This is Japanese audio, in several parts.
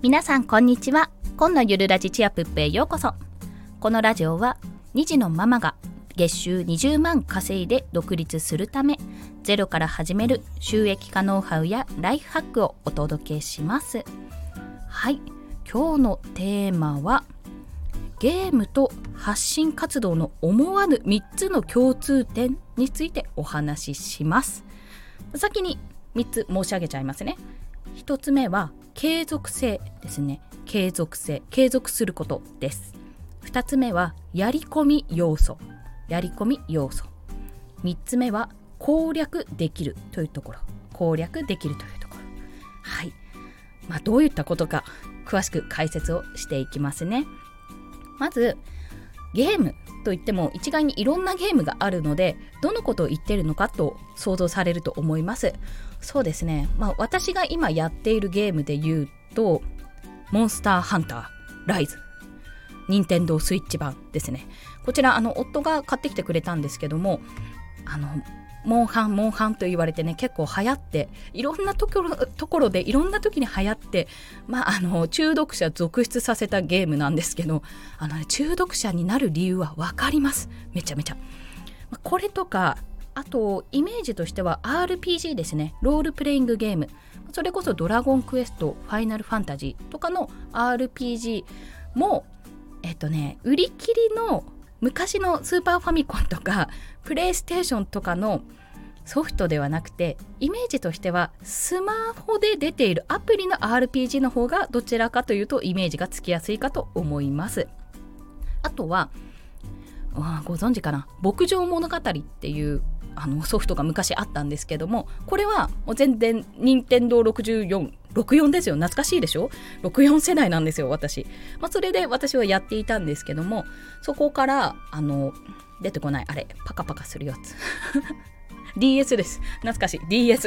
皆さんこんにちは。今のゆるラジチアプップへようこそ。このラジオは2児のママが月収20万稼いで独立するため、ゼロから始める収益化ノウハウやライフハックをお届けします。はい、今日のテーマはゲームと発信活動の思わぬ3つの共通点についてお話しします。先に3つ申し上げちゃいますね。1つ目は継続性ですね。継続することです。2つ目はやり込み要素。3つ目は攻略できるというところ。はい、どういったことか詳しく解説をしていきますね。まずゲームといっても一概にいろんなゲームがあるので、どのことを言っているのかと想像されると思います。そうですね、私が今やっているゲームで言うとモンスターハンターライズ、任天堂スイッチ版ですね。こちら夫が買ってきてくれたんですけども、モンハンと言われてね、結構流行って、いろんなところでいろんな時に流行って、中毒者続出させたゲームなんですけど、中毒者になる理由は分かります。めちゃめちゃ、これとか、あとイメージとしては RPG ですね。ロールプレイングゲーム、それこそドラゴンクエスト、ファイナルファンタジーとかの RPG も売り切りの昔のスーパーファミコンとかプレイステーションとかのソフトではなくて、イメージとしてはスマホで出ているアプリの RPG の方がどちらかというとイメージがつきやすいかと思います。あとはご存知かな、牧場物語っていうソフトが昔あったんですけども、これはもう全然任天堂64ですよ。懐かしいでしょ。64世代なんですよ私。それで私はやっていたんですけども、そこから出てこないパカパカするやつDS です。懐かしい DS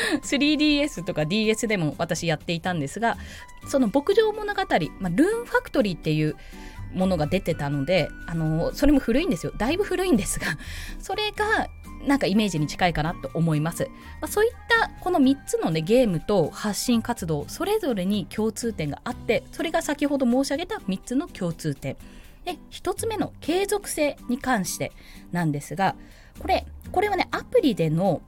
3DS とか DS でも私やっていたんですが、その牧場物語、ルーンファクトリーっていうものが出てたので、それも古いんですよ。だいぶ古いんですが、それがなんかイメージに近いかなと思います。そういったこの3つのね、ゲームと発信活動それぞれに共通点があって、それが先ほど申し上げた3つの共通点で、1つ目の継続性に関してなんですが、これはね、アプリでの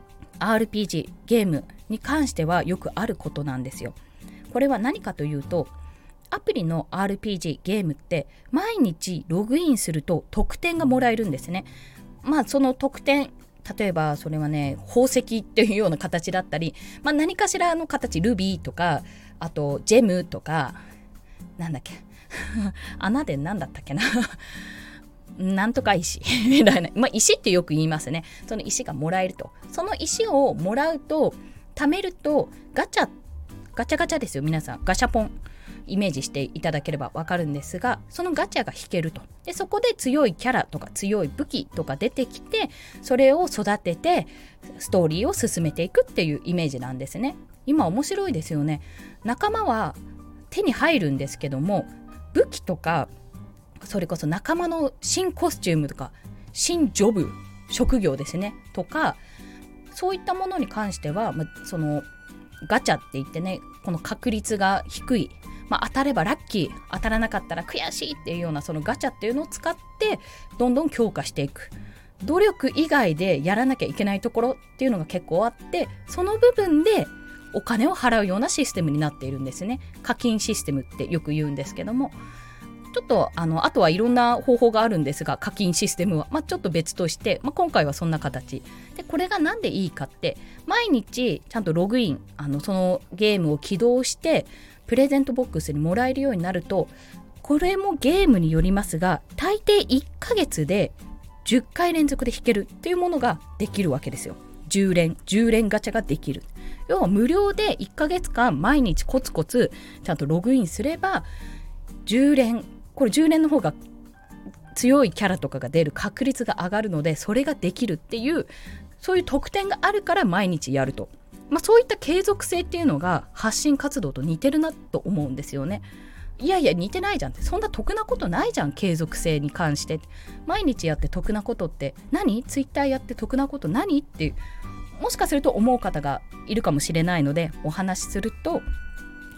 RPG ゲームに関してはよくあることなんですよ。これは何かというと、アプリの RPG ゲームって毎日ログインすると得点がもらえるんですね。その得点、例えばそれはね、宝石っていうような形だったり、何かしらの形、ルビーとか、あとジェムとか、なんだっけ穴でなんだったっけななんとか石みたいな、石ってよく言いますね。その石がもらえると。その石をもらうと、貯めるとガチャですよ。皆さんガシャポンイメージしていただければわかるんですが、そのガチャが引けると。でそこで強いキャラとか強い武器とか出てきて、それを育ててストーリーを進めていくっていうイメージなんですね。今面白いですよね。仲間は手に入るんですけども、武器とか、それこそ仲間の新コスチュームとか新ジョブ、職業ですねとか、そういったものに関しては、そのガチャって言ってね、この確率が低い、当たればラッキー、当たらなかったら悔しいっていうような、そのガチャっていうのを使ってどんどん強化していく。努力以外でやらなきゃいけないところっていうのが結構あって、その部分でお金を払うようなシステムになっているんですね。課金システムってよく言うんですけども、ちょっとあとはいろんな方法があるんですが、課金システムは、ちょっと別として、今回はそんな形で、これがなんでいいかって、毎日ちゃんとログイン、そのゲームを起動してプレゼントボックスにもらえるようになると、これもゲームによりますが、大抵1ヶ月で10回連続で引けるっていうものができるわけですよ。10連ガチャができる。要は無料で1ヶ月間毎日コツコツちゃんとログインすれば、10連の方が強いキャラとかが出る確率が上がるので、それができるっていう、そういう特典があるから毎日やると。そういった継続性っていうのが発信活動と似てるなと思うんですよね。いや似てないじゃんって、そんな得なことないじゃん。継続性に関して毎日やって得なことって何？ツイッターやって得なこと何？ってもしかすると思う方がいるかもしれないのでお話しすると、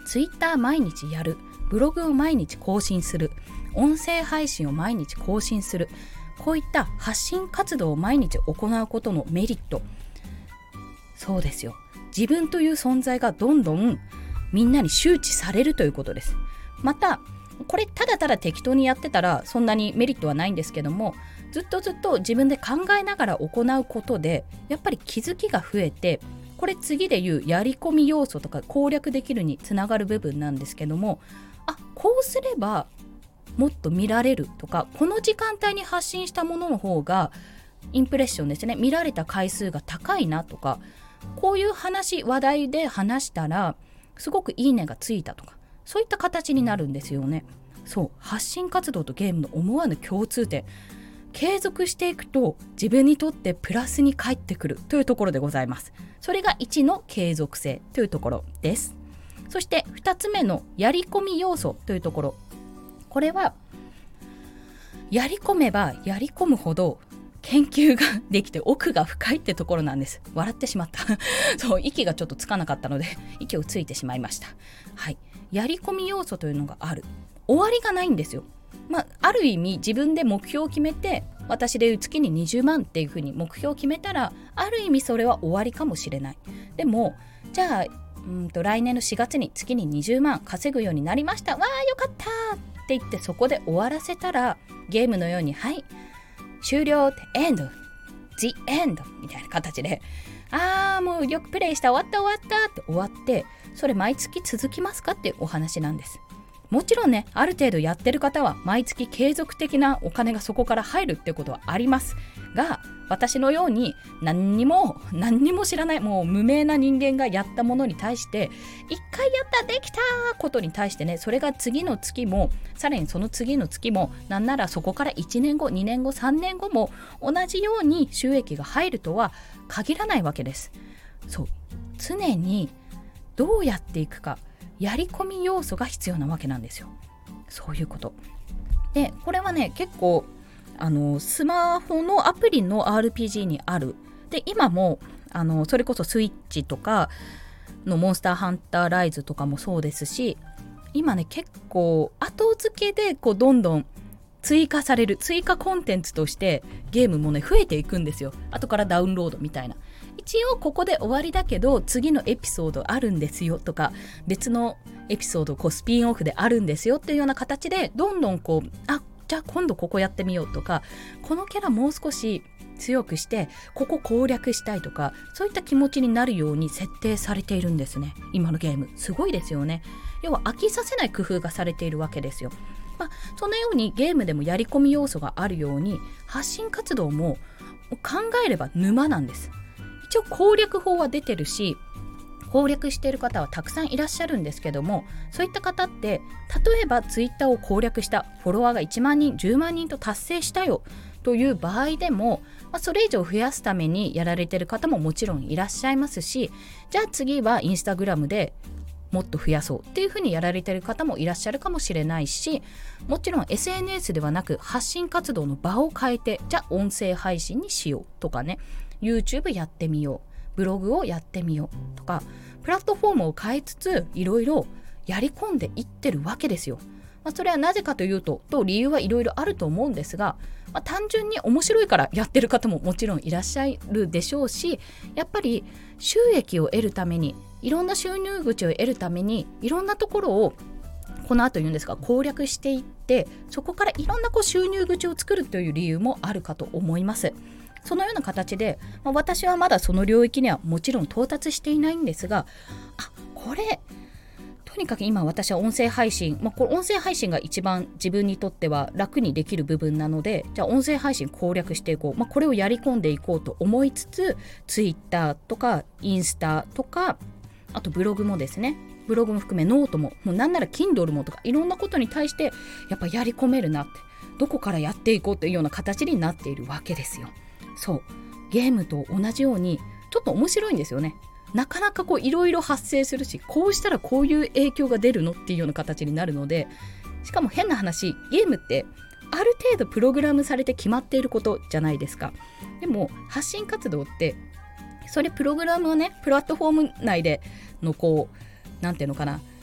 ツイッター毎日やる、ブログを毎日更新する、音声配信を毎日更新する、こういった発信活動を毎日行うことのメリット、そうですよ、自分という存在がどんどんみんなに周知されるということです。またこれただただ適当にやってたらそんなにメリットはないんですけども、ずっと自分で考えながら行うことでやっぱり気づきが増えて、これ次で言うやり込み要素とか攻略できるにつながる部分なんですけども、こうすればもっと見られるとか、この時間帯に発信したものの方がインプレッションですね、見られた回数が高いなとか、こういう話題で話したらすごくいいねがついたとか、そういった形になるんですよね。そう、発信活動とゲームの思わぬ共通点、継続していくと自分にとってプラスに返ってくるというところでございます。それが1の継続性というところです。そして2つ目のやり込み要素というところ、これはやり込めばやり込むほど研究ができて奥が深いってところなんです。笑ってしまったそう、息がちょっとつかなかったので息をついてしまいました。はい、やり込み要素というのがある。終わりがないんですよ。ある意味自分で目標を決めて、私でいう月に20万っていうふうに目標を決めたら、ある意味それは終わりかもしれない。でもじゃあ来年の4月に月に20万稼ぐようになりました、わーよかったって言ってそこで終わらせたら、ゲームのようにはい終了って end the end みたいな形で、もうよくプレイした終わったって終わって、それ毎月続きますかっていうお話なんです。もちろんね、ある程度やってる方は毎月継続的なお金がそこから入るっていうことはありますが、私のように何にも知らない、もう無名な人間がやったものに対して、一回やったできたことに対してね、それが次の月もさらにその次の月も、なんならそこから1年後2年後3年後も同じように収益が入るとは限らないわけです。そう、常にどうやっていくか、やり込み要素が必要なわけなんですよ。そういうことで、これはね結構スマホのアプリの RPG にある。で今もそれこそスイッチとかのモンスターハンターライズとかもそうですし、今ね結構後付けでどんどん追加される、追加コンテンツとしてゲームもね増えていくんですよ。後からダウンロードみたいな、一応ここで終わりだけど次のエピソードあるんですよとか、別のエピソードスピンオフであるんですよっていうような形で、どんどんじゃあ今度ここやってみようとか、このキャラもう少し強くしてここ攻略したいとか、そういった気持ちになるように設定されているんですね。今のゲームすごいですよね。要は飽きさせない工夫がされているわけですよ。そのようにゲームでもやり込み要素があるように、発信活動も考えれば沼なんです。一応攻略法は出てるし、攻略している方はたくさんいらっしゃるんですけども、そういった方って例えばツイッターを攻略した、フォロワーが1万人10万人と達成したよという場合でも、それ以上増やすためにやられている方ももちろんいらっしゃいますし、じゃあ次はインスタグラムでもっと増やそうっていうふうにやられている方もいらっしゃるかもしれないし、もちろん SNS ではなく発信活動の場を変えて、じゃあ音声配信にしようとかね、 YouTube やってみよう、ブログをやってみようとか、プラットフォームを変えつついろいろやり込んでいってるわけですよ。それはなぜかというと理由はいろいろあると思うんですが、単純に面白いからやってる方ももちろんいらっしゃるでしょうし、やっぱり収益を得るために、いろんな収入口を得るために、いろんなところをこの後言うんですが攻略していって、そこからいろんな収入口を作るという理由もあるかと思います。そのような形で、私はまだその領域にはもちろん到達していないんですが、これとにかく今私は音声配信、これ音声配信が一番自分にとっては楽にできる部分なので、じゃあ音声配信攻略していこう、これをやり込んでいこうと思いつつ、ツイッターとかインスタとか、あとブログもですね、ブログも含めノートも、もうなんなら Kindle もとか、いろんなことに対してやっぱやり込めるなって、どこからやっていこうというような形になっているわけですよ。そう、ゲームと同じようにちょっと面白いんですよね。なかなかいろいろ発生するし、こうしたらこういう影響が出るのっていうような形になるので、しかも変な話、ゲームってある程度プログラムされて決まっていることじゃないですか。でも発信活動ってそれプログラムをね、プラットフォーム内でのなんていうのかな、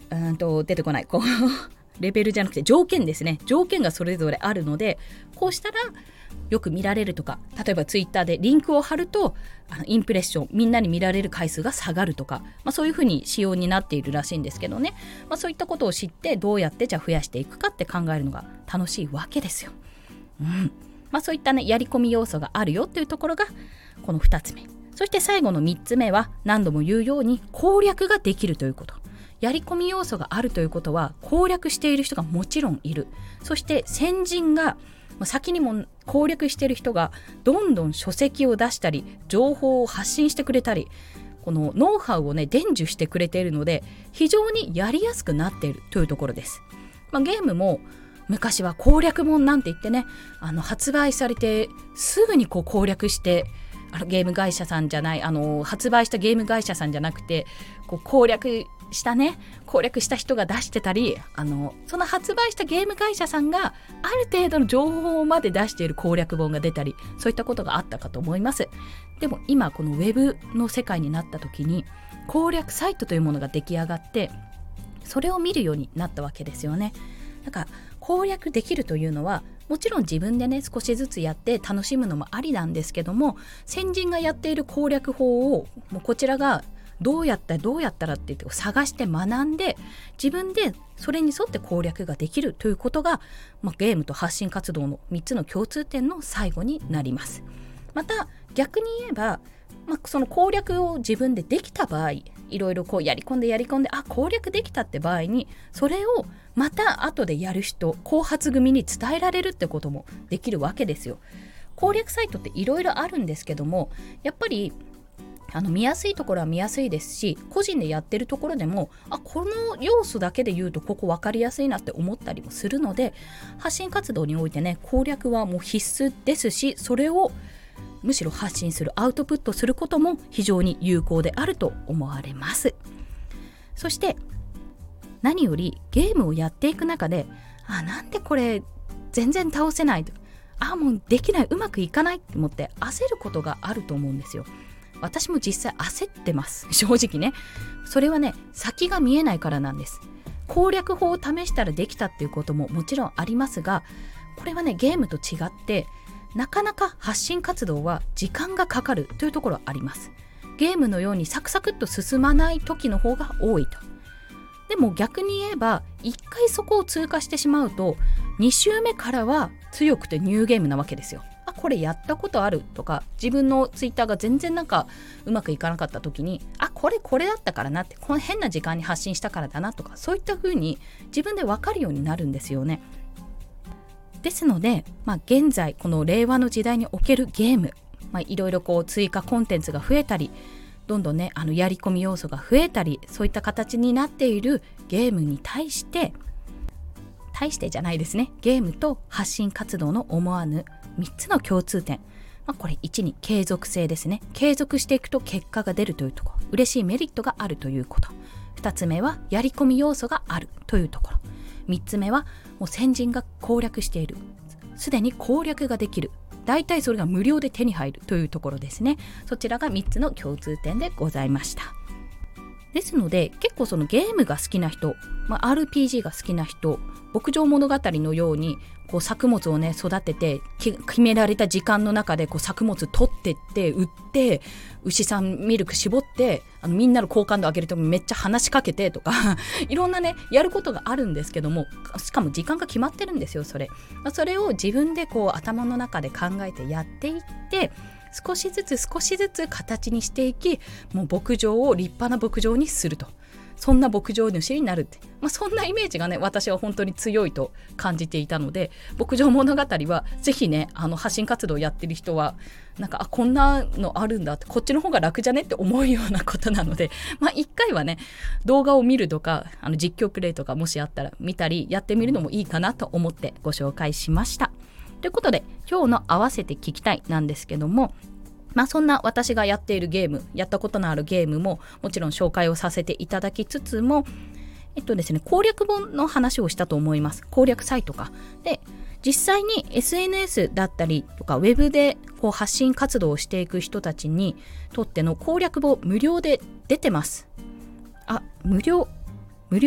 出てこないレベルじゃなくて条件ですね。条件がそれぞれあるので、こうしたらよく見られるとか、例えばツイッターでリンクを貼るとインプレッション、みんなに見られる回数が下がるとか、そういうふうに仕様になっているらしいんですけどね、そういったことを知ってどうやってじゃあ増やしていくかって考えるのが楽しいわけですよ。そういったねやり込み要素があるよっていうところがこの2つ目。そして最後の3つ目は、何度も言うように攻略ができるということ。やり込み要素があるということは攻略している人がもちろんいる。そして先人が先にも攻略している人がどんどん書籍を出したり情報を発信してくれたり、このノウハウをね伝授してくれているので、非常にやりやすくなっているというところです。ゲームも昔は攻略本なんて言ってね、発売されてすぐに攻略してゲーム会社さんじゃない、発売したゲーム会社さんじゃなくて攻略した人が出してたり、その発売したゲーム会社さんがある程度の情報まで出している攻略本が出たり、そういったことがあったかと思います。でも今このウェブの世界になった時に攻略サイトというものが出来上がって、それを見るようになったわけですよね。なんか攻略できるというのはもちろん自分でね少しずつやって楽しむのもありなんですけども、先人がやっている攻略法をもうこちらがどうやったらって言って探して学んで、自分でそれに沿って攻略ができるということが、ゲームと発信活動の3つの共通点の最後になります。また逆に言えば、その攻略を自分でできた場合、いろいろやり込んで攻略できたって場合に、それをまた後でやる人、後発組に伝えられるってこともできるわけですよ。攻略サイトっていろいろあるんですけども、やっぱり見やすいところは見やすいですし、個人でやってるところでもこの要素だけで言うとここ分かりやすいなって思ったりもするので、発信活動においてね攻略はもう必須ですし、それをむしろ発信する、アウトプットすることも非常に有効であると思われます。そして何よりゲームをやっていく中でなんでこれ全然倒せないと、もうできない、うまくいかないって思って焦ることがあると思うんですよ。私も実際焦ってます正直ね。それはね先が見えないからなんです。攻略法を試したらできたっていうことももちろんありますが、これはねゲームと違ってなかなか発信活動は時間がかかるというところはあります。ゲームのようにサクサクっと進まない時の方が多いと。でも逆に言えば1回そこを通過してしまうと2周目からは強くてニューゲームなわけですよ。これやったことあるとか、自分のツイッターが全然うまくいかなかった時にこれだったからなって、この変な時間に発信したからだなとか、そういった風に自分で分かるようになるんですよね。ですので、現在この令和の時代におけるゲーム、いろいろ追加コンテンツが増えたり、どんどんねやり込み要素が増えたり、そういった形になっているゲームに対してじゃないですね、ゲームと発信活動の思わぬ3つの共通点、これ1に継続性ですね。継続していくと結果が出るというところ、嬉しいメリットがあるということ。2つ目はやり込み要素があるというところ。3つ目はもう先人が攻略している、すでに攻略ができる、だいたいそれが無料で手に入るというところですね。そちらが3つの共通点でございました。ですので結構そのゲームが好きな人、RPG が好きな人、牧場物語のように作物をね育てて決められた時間の中で作物取ってって売って牛さんミルク絞ってみんなの好感度上げるとめっちゃ話しかけてとかいろんなねやることがあるんですけども、しかも時間が決まってるんですよ。それを自分で頭の中で考えてやっていって、少しずつ形にしていき、もう牧場を立派な牧場にすると、そんな牧場主になるって、そんなイメージがね私は本当に強いと感じていたので、牧場物語はぜひね発信活動やってる人はこんなのあるんだって、こっちの方が楽じゃねって思うようなことなので、一回はね動画を見るとか実況プレイとかもしあったら見たりやってみるのもいいかなと思ってご紹介しました。ということで今日の合わせて聞きたいなんですけども、そんな私がやっているゲーム、やったことのあるゲームももちろん紹介をさせていただきつつも、ですね、攻略本の話をしたと思います。攻略サイトかで実際に SNS だったりとかウェブで発信活動をしていく人たちにとっての攻略本無料で出てます。無料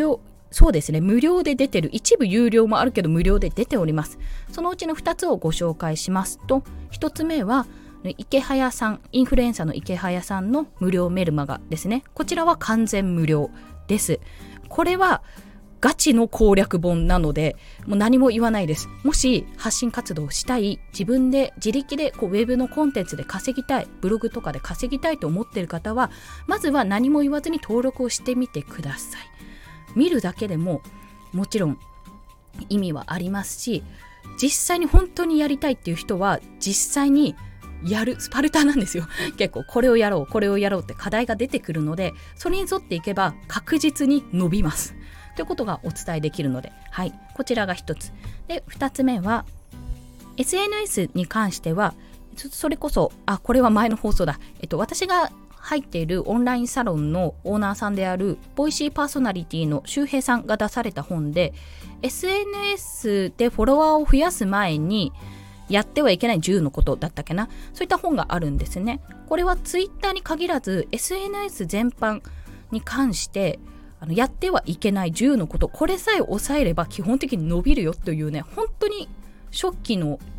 そうですね、無料で出てる、一部有料もあるけど無料で出ております。そのうちの2つをご紹介しますと、1つ目は池早さん、インフルエンサーの池早さんの無料メルマガですね。こちらは完全無料です。これはガチの攻略本なので、もう何も言わないです。もし発信活動をしたい、自分で自力でウェブのコンテンツで稼ぎたい、ブログとかで稼ぎたいと思っている方は、まずは何も言わずに登録をしてみてください。見るだけでももちろん意味はありますし、実際に本当にやりたいっていう人は実際にやる、スパルタなんですよ。結構これをやろうこれをやろうって課題が出てくるので、それに沿っていけば確実に伸びますということがお伝えできるので、はい、こちらが一つで、2つ目は SNS に関しては、それこそこれは前の放送だ、私が入っているオンラインサロンのオーナーさんであるボイシーパーソナリティの周平さんが出された本で、 SNS でフォロワーを増やす前にやってはいけない10のことだったっけな、そういった本があるんですね。これはツイッターに限らず SNS 全般に関してやってはいけない10のこと、これさえ抑えれば基本的に伸びるよというね、本当に初歩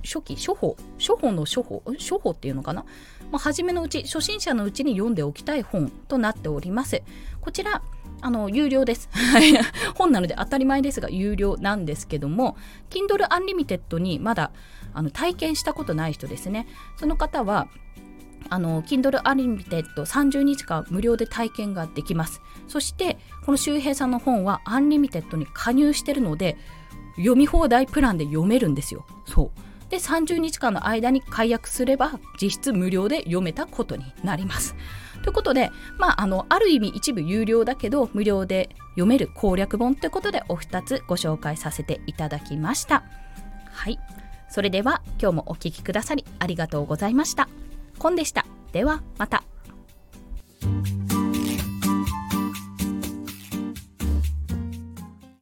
っていうのかな、初めのうち、初心者のうちに読んでおきたい本となっております。こちら有料です本なので当たり前ですが有料なんですけども、 Kindle Unlimited にまだ体験したことない人ですね、その方はKindle Unlimited 30日間無料で体験ができます。そしてこの周平さんの本は Unlimited に加入してるので読み放題プランで読めるんですよ。そうで、30日間の間に解約すれば実質無料で読めたことになります。ということで、ある意味一部有料だけど無料で読める攻略本ということでお二つご紹介させていただきました。はい、それでは今日もお聞きくださりありがとうございました。コンでした。ではまた。